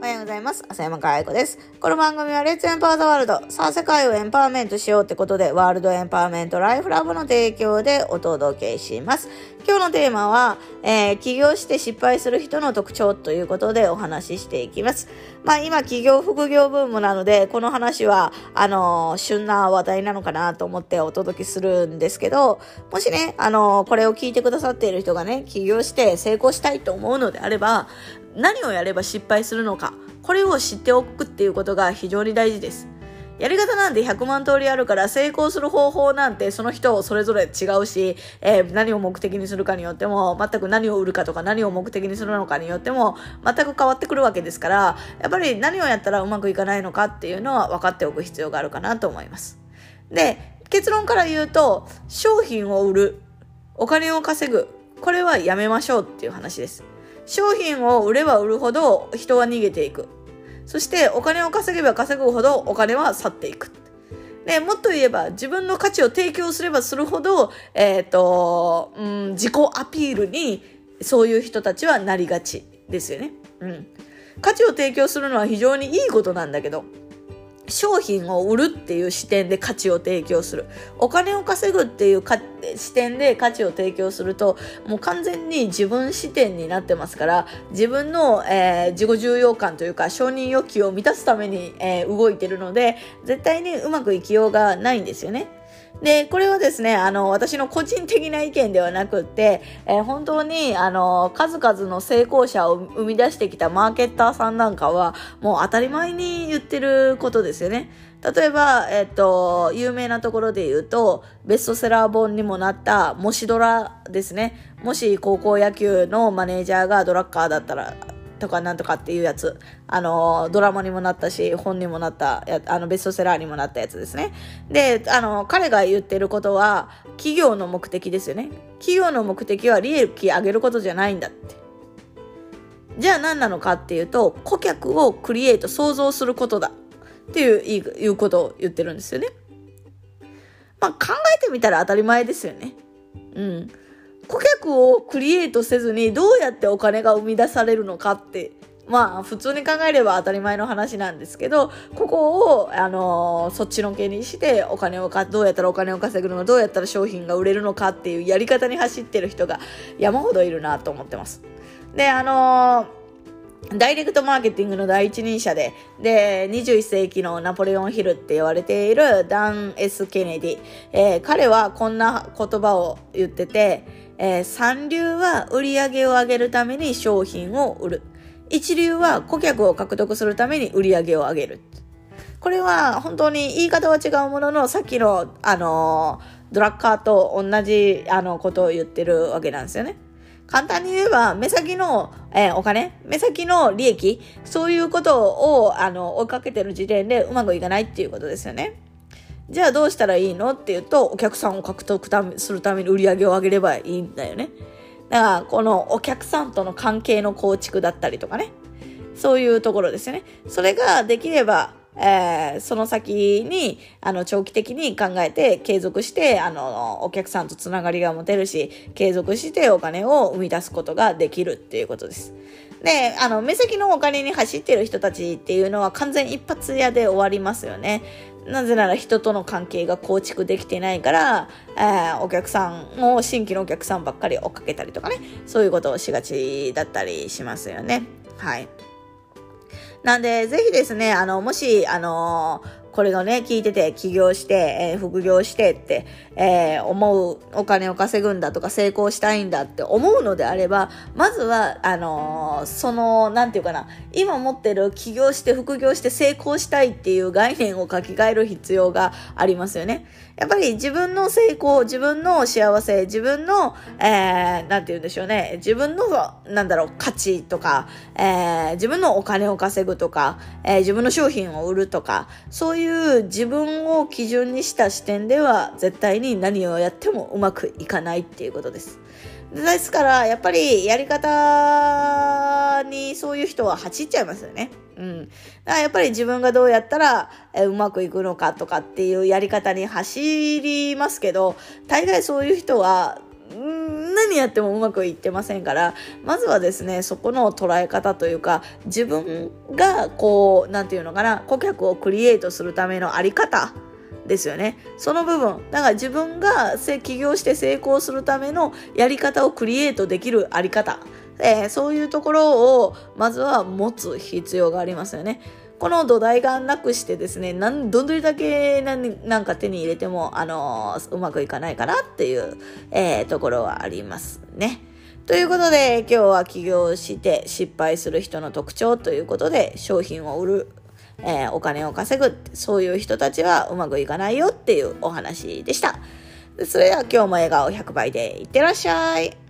おはようございます。浅山かや子です。この番組はレッツエンパワーザワールド。さあ世界をエンパワーメントしようってことで、ワールドエンパワーメントライフラブの提供でお届けします。今日のテーマは、起業して失敗する人の特徴ということでお話ししていきます。今起業副業ブームなので、この話は旬な話題なのかなと思ってお届けするんですけど、もしねこれを聞いてくださっている人がね、起業して成功したいと思うのであれば、何をやれば失敗するのか、これを知っておくっていうことが非常に大事です。やり方なんて100万通りあるから、成功する方法なんてその人それぞれ違うし、何を目的にするかによっても、全く何を売るかとか何を目的にするのかによっても全く変わってくるわけですから、やっぱり何をやったらうまくいかないのかっていうのは分かっておく必要があるかなと思います。で、結論から言うと、商品を売る、お金を稼ぐ、これはやめましょうっていう話です。商品を売れば売るほど人は逃げていく。そしてお金を稼げば稼ぐほどお金は去っていく。で、もっと言えば自分の価値を提供すればするほど、自己アピールにそういう人たちはなりがちですよね。価値を提供するのは非常にいいことなんだけど、商品を売るっていう視点で価値を提供する、お金を稼ぐっていう視点で価値を提供すると、もう完全に自分視点になってますから、自分の、自己重要感というか承認欲求を満たすために、動いてるので、絶対にうまくいきようがないんですよね。で、これはですね、私の個人的な意見ではなくって、本当に、数々の成功者を生み出してきたマーケッターさんなんかは、もう当たり前に言ってることですよね。例えば、有名なところで言うと、ベストセラー本にもなった、もしドラですね。もし高校野球のマネージャーがドラッカーだったら、とかなんとかっていうやつ、ドラマにもなったし、本にもなったベストセラーにもなったやつですね。で、彼が言ってることは企業の目的ですよね。企業の目的は利益上げることじゃないんだって。じゃあ何なのかっていうと、顧客をクリエイト、創造することだっていうことを言ってるんですよね。考えてみたら当たり前ですよね。顧客をクリエイトせずにどうやってお金が生み出されるのかって、普通に考えれば当たり前の話なんですけど、ここをそっちのけにしてどうやったらお金を稼ぐのか、どうやったら商品が売れるのかっていうやり方に走ってる人が山ほどいるなと思ってます。で、ダイレクトマーケティングの第一人者で21世紀のナポレオンヒルって言われているダン・S・ケネディ、彼はこんな言葉を言ってて、三流は売り上げを上げるために商品を売る、一流は顧客を獲得するために売り上げを上げる。これは本当に言い方は違うものの、さっきのドラッカーと同じことを言ってるわけなんですよね。簡単に言えば、目先の、お金、目先の利益、そういうことを追いかけてる時点でうまくいかないっていうことですよね。じゃあどうしたらいいのっていうと、お客さんを獲得するために売り上げを上げればいいんだよね。だからこのお客さんとの関係の構築だったりとかね、そういうところですよね。それができれば、その先に長期的に考えて継続してお客さんとつながりが持てるし、継続してお金を生み出すことができるっていうことです。で、目先のお金に走ってる人たちっていうのは完全一発屋で終わりますよね。なぜなら人との関係が構築できてないから、お客さんを新規のお客さんばっかり追っかけたりとかね、そういうことをしがちだったりしますよね。はい。なんで、ぜひですね、もし、これをね、聞いてて、起業して、副業してって、思う、お金を稼ぐんだとか、成功したいんだって思うのであれば、まずは、なんていうかな、今持ってる起業して、副業して成功したいっていう概念を書き換える必要がありますよね。やっぱり自分の成功、自分の幸せ、自分の、なんて言うんでしょうね、自分の、価値とか、自分のお金を稼ぐとか、自分の商品を売るとか、そういう自分を基準にした視点では絶対に何をやってもうまくいかないっていうことです。ですからやっぱりやり方にそういう人は走っちゃいますよね。だからやっぱり自分がどうやったらうまくいくのかとかっていうやり方に走りますけど、大概そういう人はなにやってもうまくいってませんから、まずはですね、そこの捉え方というか、自分がなんていうのかな、顧客をクリエイトするためのあり方ですよね。その部分。だから自分が起業して成功するためのやり方をクリエイトできるあり方。そういうところをまずは持つ必要がありますよね。この土台がなくしてですね、どんどりだけなんか手に入れても、うまくいかないかなっていう、ところはありますね。ということで、今日は起業して失敗する人の特徴ということで、商品を売る、お金を稼ぐ、そういう人たちはうまくいかないよっていうお話でした。それでは今日も笑顔100倍でいってらっしゃい。